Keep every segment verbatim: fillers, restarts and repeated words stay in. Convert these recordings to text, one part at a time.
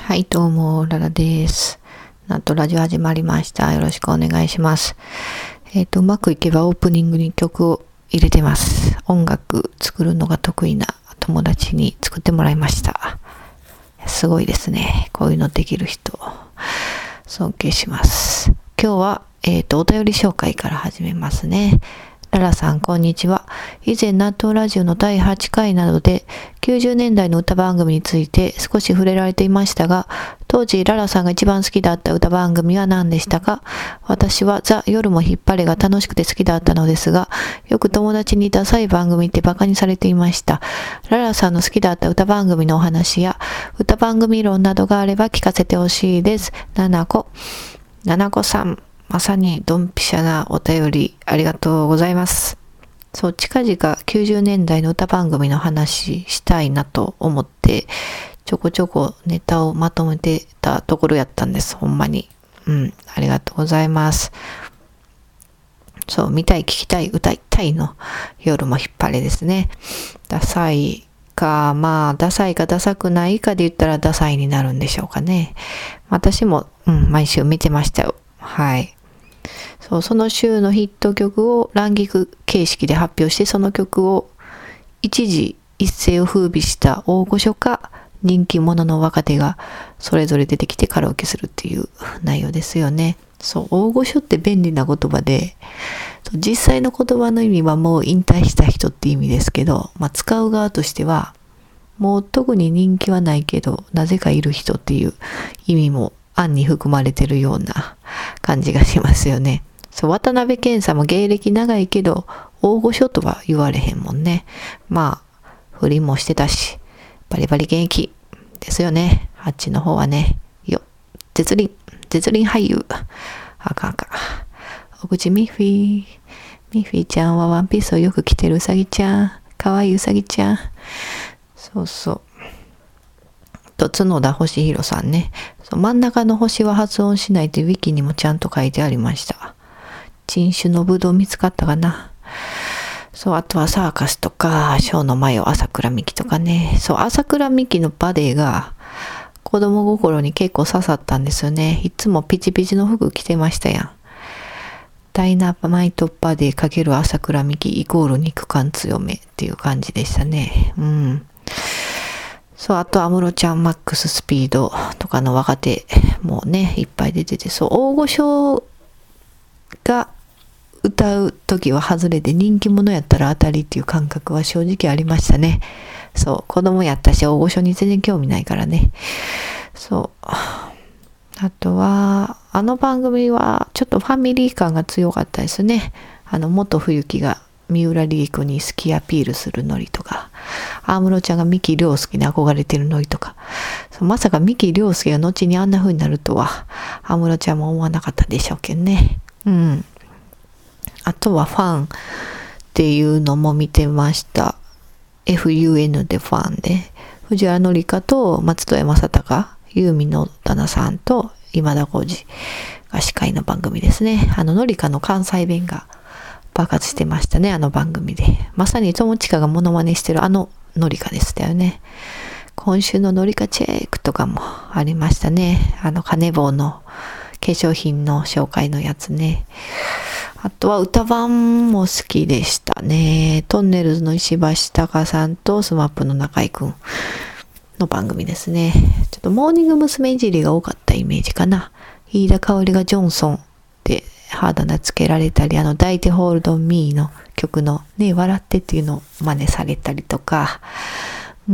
はい、どうも、ララです。なんとラジオ始まりました。よろしくお願いします。えっと、うまくいけばオープニングに曲を入れてます。音楽作るのが得意な友達に作ってもらいました。すごいですね。こういうのできる人。尊敬します。今日は、えっと、お便り紹介から始めますね。ララさん、こんにちは。以前、納豆ラジオのだいはちかいなどで、きゅうじゅうねんだいの歌番組について少し触れられていましたが、当時、ララさんが一番好きだった歌番組は何でしたか？私はザ・夜も引っ張れが楽しくて好きだったのですが、よく友達にダサい番組ってバカにされていました。ララさんの好きだった歌番組のお話や、歌番組論などがあれば聞かせてほしいです。ななこ。ななこさん。まさにドンピシャなお便りありがとうございます。そう、近々きゅうじゅうねんだいの歌番組の話したいなと思って、ちょこちょこネタをまとめてたところやったんです。ほんまに。うん、ありがとうございます。そう、見たい、聞きたい、歌いたいの夜も引っ張れですね。ダサいか、まあ、ダサいかダサくないかで言ったらダサいになるんでしょうかね。私も、うん、毎週見てましたよ。はい。そう、その週のヒット曲をランキング形式で発表して、その曲を一時一世を風靡した大御所か人気者の若手がそれぞれ出てきてカラオケするっていう内容ですよね。そう、大御所って便利な言葉で、実際の言葉の意味はもう引退した人って意味ですけど、まあ、使う側としてはもう特に人気はないけどなぜかいる人っていう意味も案に含まれてるような感じがしますよね。そう、渡辺謙さんも芸歴長いけど大御所とは言われへんもんね。まあ不倫もしてたしバリバリ現役ですよね。あっちの方はね。よ絶倫絶倫俳優あかんか。お口ミッフィーミッフィーちゃんはワンピースをよく着てるうさぎちゃん、かわいいうさぎちゃん。そうそうと角田星弘さんね。そう、真ん中の星は発音しないってウィキにもちゃんと書いてありました。珍種のぶどう見つかったかな。そう、あとはサーカスとかショーの前を朝倉美希とかね。そう、朝倉美希のバデーが子供心に結構刺さったんですよね。いつもピチピチの服着てましたやん。ダイナマイトバデー×朝倉美希イコール肉感強めっていう感じでしたね。うん。そう、あと、安室ちゃん、マックススピードとかの若手もね、いっぱい出てて、そう、大御所が歌うときは外れで人気者やったら当たりっていう感覚は正直ありましたね。そう、子供やったし、大御所に全然興味ないからね。そう。あとは、あの番組はちょっとファミリー感が強かったですね。あの、元冬樹が三浦璃来子に好きアピールするノリとか、安室ちゃんが三木亮介に憧れてるノリとか、まさか三木亮介が後にあんな風になるとは安室ちゃんも思わなかったでしょうけどね。うん。あとはファンっていうのも見てました。エフユーエヌ でファンで、藤原紀香と松任谷正隆、ユーミンの旦那さんと今田耕司が司会の番組ですね。あの紀香の関西弁が爆発してましたね、あの番組で。まさに友近がモノマネしてるあのノリカでしたよね。今週のノリカチェックとかもありましたね。あのカネボウの化粧品の紹介のやつね。あとは歌番も好きでしたね。トンネルズの石橋貴さんとスマップの中井くんの番組ですね。ちょっとモーニング娘。いじりが多かったイメージかな。飯田香織がジョンソンでハードなつけられたり、あの抱いてホールドミーの曲のね、笑ってっていうのを真似されたりとか、うん。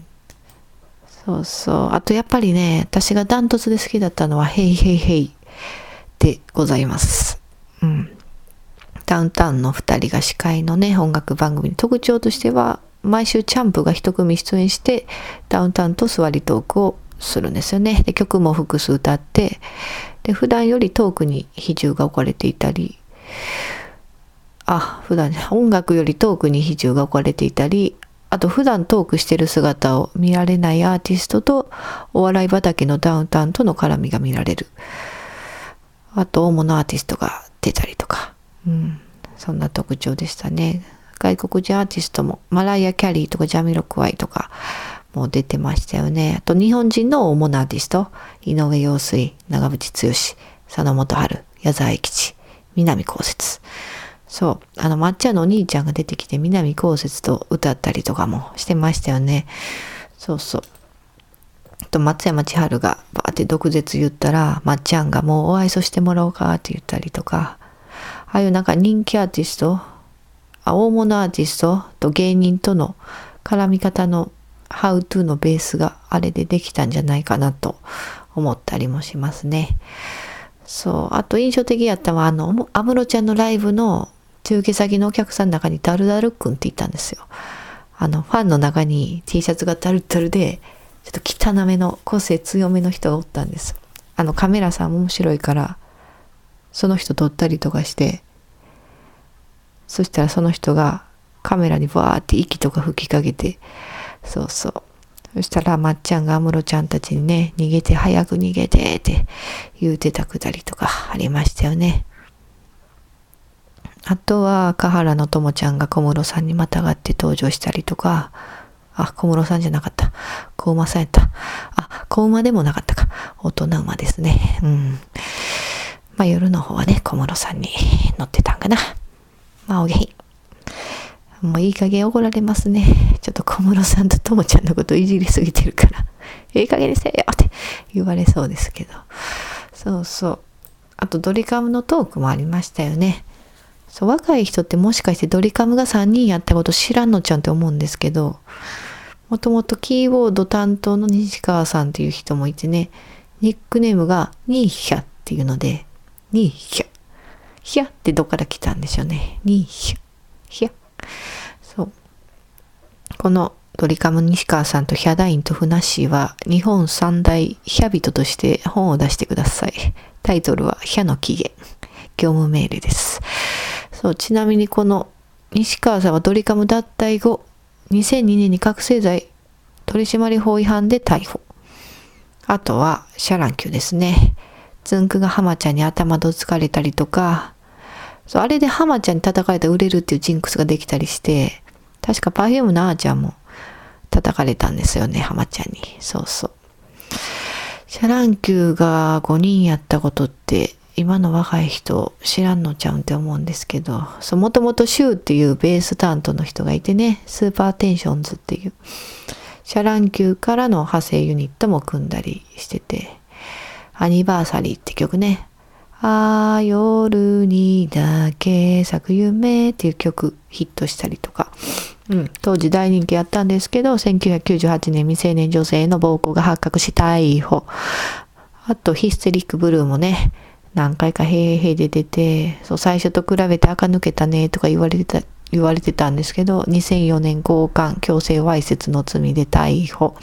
そうそう。あとやっぱりね、私がダントツで好きだったのはヘイヘイヘイでございます。うん。ダウンタウンの二人が司会のね、音楽番組の特徴としては、毎週チャンプが一組出演して、ダウンタウンと座りトークをするんですよね。で、曲も複数歌って、で、普段よりトークに比重が置かれていたり、あ、普段、音楽よりトークに比重が置かれていたり、あと普段トークしてる姿を見られないアーティストとお笑い畑のダウンタウンとの絡みが見られる。あと大物アーティストが出たりとか、うん、そんな特徴でしたね。外国人アーティストもマライア・キャリーとかジャミロクワイとかも出てましたよね。あと日本人の主なアーティスト、井上陽水、長渕剛、佐野元春、矢沢永吉、南こうせつ。そう、あの抹茶のお兄ちゃんが出てきて南こうせつと歌ったりとかもしてましたよね。そうそう。あと松山千春がバーって毒舌言ったら、まっちゃんがもうお愛想してもらおうかって言ったりとか、ああいうなんか人気アーティスト、あ大物アーティストと芸人との絡み方のハウトゥーのベースがあれでできたんじゃないかなと思ったりもしますね。そう。あと印象的やったのは、あの、安室ちゃんのライブの中継先のお客さんの中にダルダルくんっていたんですよ。あの、ファンの中に T シャツがダルダルで、ちょっと汚めの個性強めの人がおったんです。あの、カメラさん面白いから、その人撮ったりとかして、そしたらその人がカメラにバーって息とか吹きかけて、そうそう。そしたらまっちゃんが安室ちゃんたちにね、逃げて早く逃げてって言うてたくだりとかありましたよね。あとは赤原の友ちゃんが小室さんにまたがって登場したりとか、あ、小室さんじゃなかった。小馬さんやった。あ、小馬でもなかったか。大人馬ですね。うん。まあ夜の方はね、小室さんに乗ってたんかな。まあお下品。もういい加減怒られますね。ちょっと小室さんとともちゃんのこといじりすぎてるから、いい加減にせよって言われそうですけど。そうそう。あとドリカムのトークもありましたよね。そう、若い人ってもしかしてドリカムがさんにんやったこと知らんのちゃんって思うんですけど、もともとキーボード担当の西川さんっていう人もいてね、ニックネームがニーヒャっていうので、ニーヒャ。ヒャってどっから来たんでしょうね。ニーヒャ。ヒャ。そう。このドリカム西川さんとヒャダインとフナッシーは日本三大ヒャ人として本を出してください。タイトルはヒャの起源。業務命令です。そう、ちなみにこの西川さんはドリカム脱退後、にせんにねんに覚醒剤取締法違反で逮捕。あとはシャランキューですね。つんくがハマちゃんに頭どつかれたりとか、そう、あれでハマちゃんに叩かれたら売れるっていうジンクスができたりして、確かパフュームのあーちゃんも叩かれたんですよね、ハマちゃんに。そうそう。シャランキューがごにんやったことって、今の若い人知らんのちゃうんって思うんですけど、そう、もともとシューっていうベース担当の人がいてね、スーパーテンションズっていう、シャランキューからの派生ユニットも組んだりしてて、アニバーサリーって曲ね、あー夜にだけ咲く夢っていう曲ヒットしたりとか、うん、当時大人気やったんですけど、せんきゅうひゃくきゅうじゅうはちねん未成年女性の暴行が発覚し逮捕。あとヒステリックブルーもね、何回かへいへいで出て、そう、最初と比べて垢抜けたねとか言われてた、言われてたんですけど、にせんよねん強姦、強制わいせつの罪で逮捕。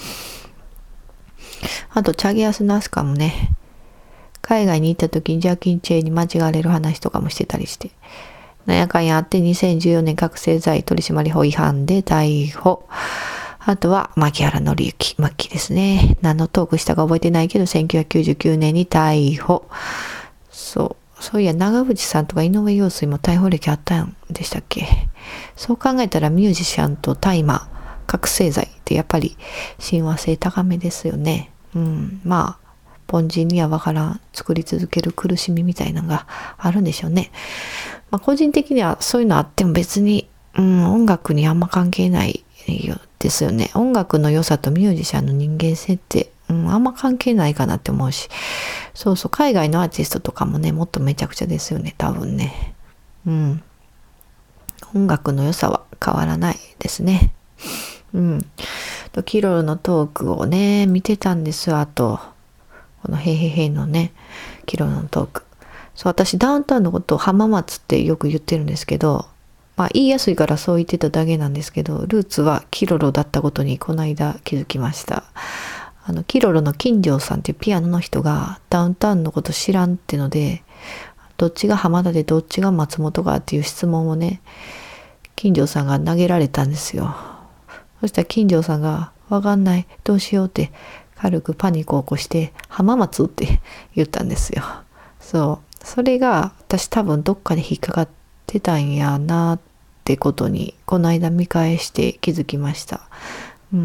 あと、チャゲアスナスカもね、海外に行った時にジャッキー・チェーに間違われる話とかもしてたりして、なんやかんやあってにせんじゅうよねん覚醒剤取締法違反で逮捕。あとは、牧原紀之、マッキーですね。何のトークしたか覚えてないけど、せんきゅうひゃくきゅうじゅうきゅうねんに逮捕。そう。そういや、長渕さんとか井上陽水も逮捕歴あったんでしたっけ。そう考えたらミュージシャンと大麻、覚醒剤ってやっぱり親和性高めですよね。うん。まあ、凡人にはわからん作り続ける苦しみみたいなのがあるんでしょうね。まあ個人的にはそういうのあっても別に、うん、音楽にあんま関係ないですよね。音楽の良さとミュージシャンの人間性って、うん、あんま関係ないかなって思うし。そうそう、海外のアーティストとかもね、もっとめちゃくちゃですよね、多分ね。うん。音楽の良さは変わらないですね。うん。とキロロのトークをね、見てたんですよ。あと、このヘイヘイヘイのね、キロロのトーク。そう、私ダウンタウンのことを浜松ってよく言ってるんですけど、まあ言いやすいからそう言ってただけなんですけど、ルーツはキロロだったことにこの間気づきました。あの、キロロの金城さんっていうピアノの人がダウンタウンのこと知らんってので、どっちが浜田でどっちが松本かっていう質問をね、金城さんが投げられたんですよ。そしたら金城さんが、わかんない、どうしようって軽くパニックを起こして、浜松って言ったんですよ。そう。それが私多分どっかで引っかかってたんやなってことに、この間見返して気づきました。うん。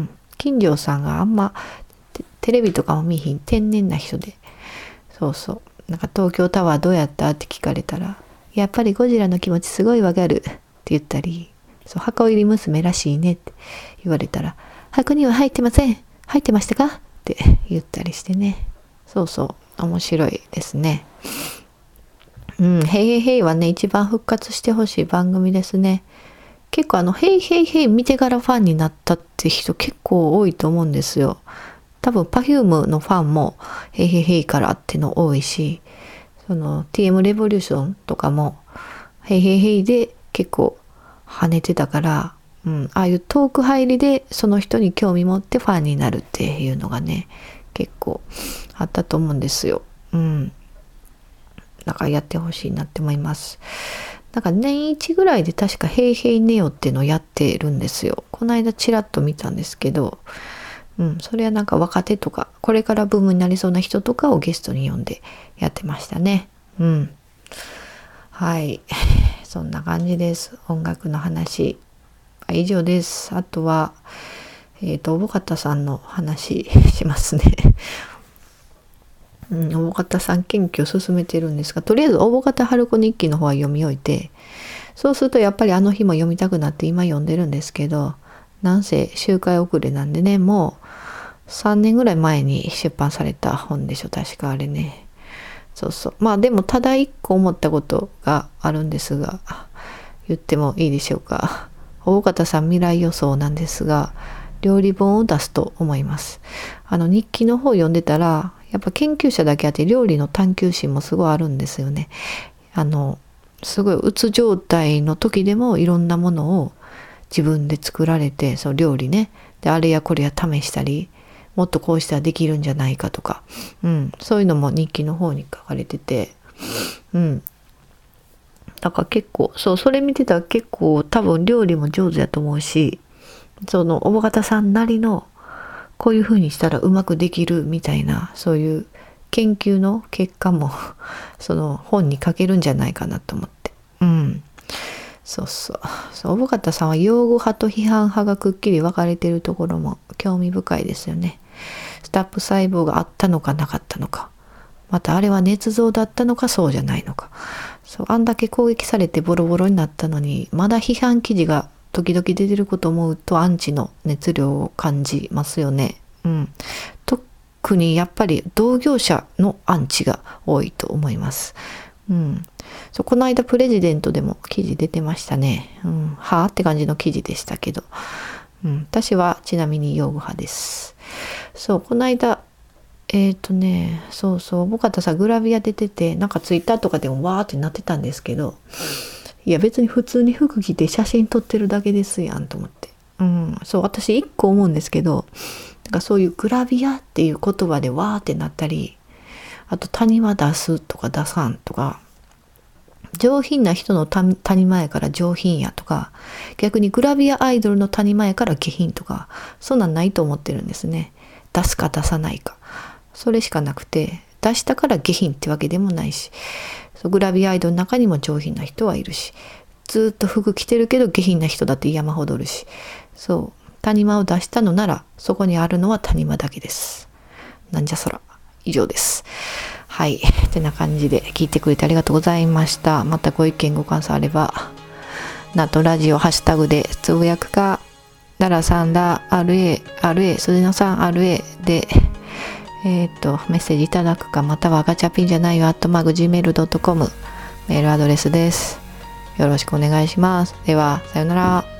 金城さんがあんまテレビとかも見ひん天然な人で、そうそう、なんか東京タワーどうやったって聞かれたら、やっぱりゴジラの気持ちすごいわかるって言ったり、そう箱入り娘らしいねって言われたら、箱には入ってません、入ってましたかって言ったりしてね、そうそう面白いですね。うん、ヘイヘイヘイはね一番復活してほしい番組ですね。結構あのヘイヘイヘイ見てからファンになったって人結構多いと思うんですよ。多分 Perfume のファンもヘイヘイヘイからっての多いし、その ティーエム レボリューションとかもヘイヘイヘイで結構跳ねてたから、うん、ああいうトーク入りでその人に興味持ってファンになるっていうのがね結構あったと思うんですよ。うん。だからやってほしいなって思います。なんか年一ぐらいで確かヘイヘイネオっていうのをやってるんですよ。この間チラッと見たんですけど、うん、それはなんか若手とかこれからブームになりそうな人とかをゲストに呼んでやってましたね。うん。はい。そんな感じです。音楽の話。以上です。あとは、えっと、おぼかたさんの話しますね。うん、おぼかたさん研究を進めてるんですが、とりあえずおぼかた春子日記の方は読み終えて、そうするとやっぱりあの日も読みたくなって今読んでるんですけど、なんせ周回遅れなんでね、もうさんねんぐらい前に出版された本でしょ、確かあれね。そうそう。まあでもただ一個思ったことがあるんですが、言ってもいいでしょうか。おぼかたさん未来予想なんですが、料理本を出すと思います。あの日記の方読んでたら、やっぱ研究者だけあって料理の探求心もすごいあるんですよね。あのすごいうつ状態の時でもいろんなものを自分で作られて、その料理ね、であれやこれや試したり、もっとこうしたらできるんじゃないかとか、うん、そういうのも日記の方に書かれてて、うん、だから結構そうそれ見てたら結構多分料理も上手やと思うし、そのおぼかたさんなりのこういう風にしたらうまくできるみたいな、そういう研究の結果もその本に書けるんじゃないかなと思って、うん、そうそうそう、おぼかたさんは擁護派と批判派がくっきり分かれているところも興味深いですよね。スタップ細胞があったのかなかったのか、またあれは捏造だったのかそうじゃないのか、そうあんだけ攻撃されてボロボロになったのにまだ批判記事が時々出てることを思うとアンチの熱量を感じますよね。うん。特にやっぱり同業者のアンチが多いと思います。うん。そう、この間プレジデントでも記事出てましたね。うん。はあって感じの記事でしたけど。うん。私はちなみに擁護派です。そう、この間、えっとね、そうそう、おぼかたさんグラビア出てて、なんかツイッターとかでもわーってなってたんですけど、いや別に普通に服着て写真撮ってるだけですやんと思って。うん、そう、私一個思うんですけど、なんかそういうグラビアっていう言葉でわーってなったり、あと谷間出すとか出さんとか、上品な人の谷間やから上品やとか、逆にグラビアアイドルの谷間やから下品とか、そんなんないと思ってるんですね。出すか出さないか。それしかなくて、出したから下品ってわけでもないし、グラビアアイドルの中にも上品な人はいるし、ずっと服着てるけど下品な人だって山ほどおるし、そう、谷間を出したのならそこにあるのは谷間だけです。なんじゃそら。以上です。はい、てな感じで聞いてくれてありがとうございました。またご意見ご感想あれば、なんとラジオハッシュタグでつぶやくか、ララさんラ アールエー アールエー 鈴野さん アールエー でえっと、メッセージいただくか、またはガチャピンじゃないよ、アットマーク ジーメールドットコム メールアドレスです。よろしくお願いします。では、さよなら。